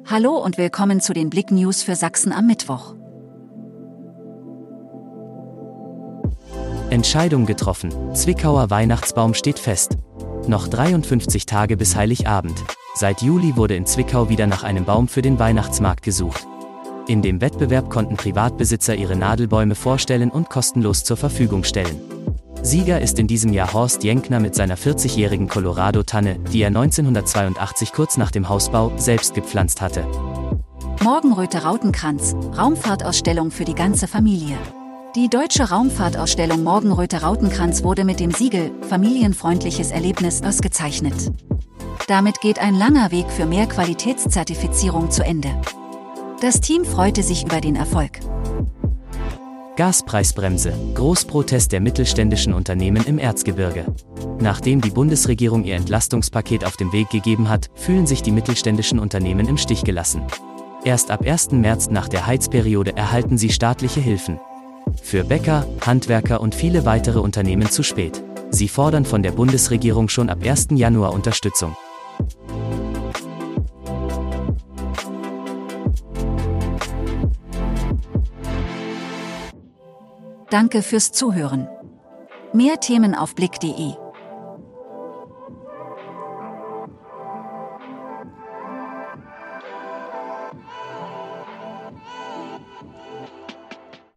Hallo und willkommen zu den Blick News für Sachsen am Mittwoch. Entscheidung getroffen. Zwickauer Weihnachtsbaum steht fest. Noch 53 Tage bis Heiligabend. Seit Juli wurde in Zwickau wieder nach einem Baum für den Weihnachtsmarkt gesucht. In dem Wettbewerb konnten Privatbesitzer ihre Nadelbäume vorstellen und kostenlos zur Verfügung stellen. Sieger ist in diesem Jahr Horst Jenkner mit seiner 40-jährigen Colorado-Tanne, die er 1982 kurz nach dem Hausbau selbst gepflanzt hatte. Morgenröte Rautenkranz, Raumfahrtausstellung für die ganze Familie. Die deutsche Raumfahrtausstellung Morgenröte Rautenkranz wurde mit dem Siegel Familienfreundliches Erlebnis ausgezeichnet. Damit geht ein langer Weg für mehr Qualitätszertifizierung zu Ende. Das Team freute sich über den Erfolg. Gaspreisbremse, Großprotest der mittelständischen Unternehmen im Erzgebirge. Nachdem die Bundesregierung ihr Entlastungspaket auf den Weg gegeben hat, fühlen sich die mittelständischen Unternehmen im Stich gelassen. Erst ab 1. März nach der Heizperiode erhalten sie staatliche Hilfen. Für Bäcker, Handwerker und viele weitere Unternehmen zu spät. Sie fordern von der Bundesregierung schon ab 1. Januar Unterstützung. Danke fürs Zuhören. Mehr Themen auf blick.de